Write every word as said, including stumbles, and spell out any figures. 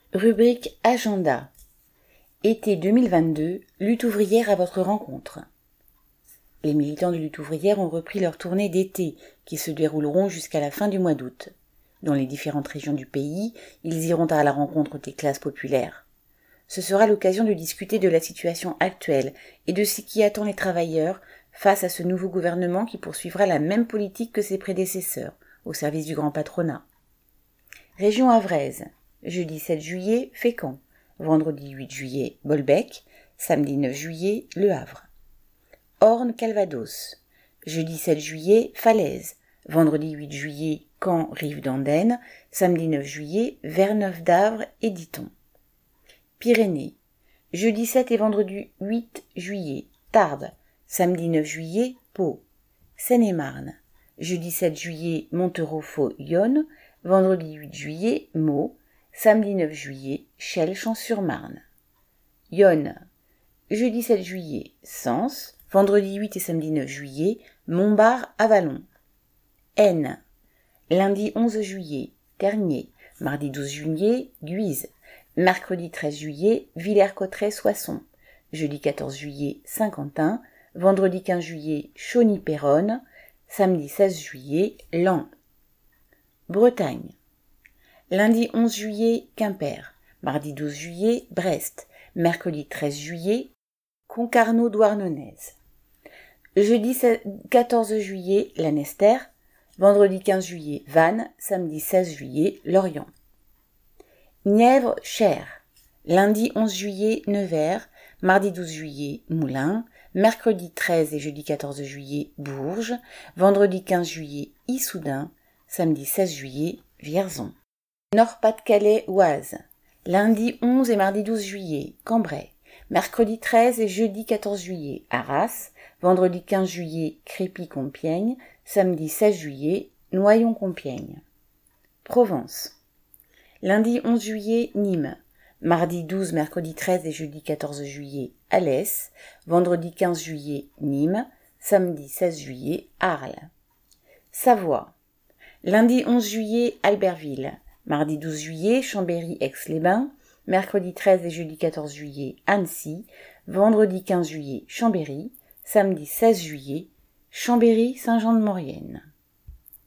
Rubrique Agenda. Été deux mille vingt-deux, lutte ouvrière à votre rencontre. Les militants de lutte ouvrière ont repris leur tournée d'été, qui se dérouleront jusqu'à la fin du mois d'août. Dans les différentes régions du pays, ils iront à la rencontre des classes populaires. Ce sera l'occasion de discuter de la situation actuelle et de ce qui attend les travailleurs face à ce nouveau gouvernement qui poursuivra la même politique que ses prédécesseurs, au service du grand patronat. Région Havraise. Jeudi sept juillet, Fécamp. Vendredi huit juillet, Bolbec. Samedi neuf juillet, Le Havre. Orne, Calvados. Jeudi sept juillet, Falaise. Vendredi huit juillet, Caen, Rive d'Andenne. Samedi neuf juillet, Verneuf-d'Avre et Diton. Pyrénées. Jeudi sept et vendredi huit juillet, Tarbes. Samedi neuf juillet, Pau. Seine-et-Marne. Jeudi sept juillet, Montereau-Faux-Yonne. Vendredi huit juillet, Meaux. Samedi neuf juillet, Chelles, Champs-sur-Marne. Yonne. Jeudi sept juillet, Sens. Vendredi huit et samedi neuf juillet, Montbard, Avallon. Aisne. Lundi onze juillet, Tergnier. Mardi douze juillet, Guise. Mercredi treize juillet, Villers-Cotterêts, Soissons. Jeudi quatorze juillet, Saint-Quentin. Vendredi quinze juillet, Chauny-Péronne. Samedi seize juillet, Laon. Bretagne. Lundi onze juillet, Quimper. Mardi douze juillet, Brest. Mercredi treize juillet, Concarneau-Douarnenez. Jeudi quatorze juillet, Lanester. Vendredi quinze juillet, Vannes. Samedi seize juillet, Lorient. Nièvre, Cher. Lundi onze juillet, Nevers. Mardi douze juillet, Moulins. Mercredi treize et jeudi quatorze juillet, Bourges. Vendredi quinze juillet, Issoudun. Samedi seize juillet, Vierzon. Nord-Pas-de-Calais, Oise. Lundi onze et mardi douze juillet, Cambrai. Mercredi treize et jeudi quatorze juillet, Arras. Vendredi quinze juillet, Crépy-Compiègne. Samedi seize juillet, Noyon-Compiègne. Provence. Lundi onze juillet, Nîmes. Mardi douze, mercredi treize et jeudi quatorze juillet, Alès. Vendredi quinze juillet, Nîmes. Samedi seize juillet, Arles. Savoie. Lundi onze juillet, Albertville. Mardi douze juillet, Chambéry-Aix-les-Bains. Mercredi treize et jeudi quatorze juillet, Annecy. Vendredi quinze juillet, Chambéry. Samedi seize juillet, Chambéry-Saint-Jean-de-Maurienne.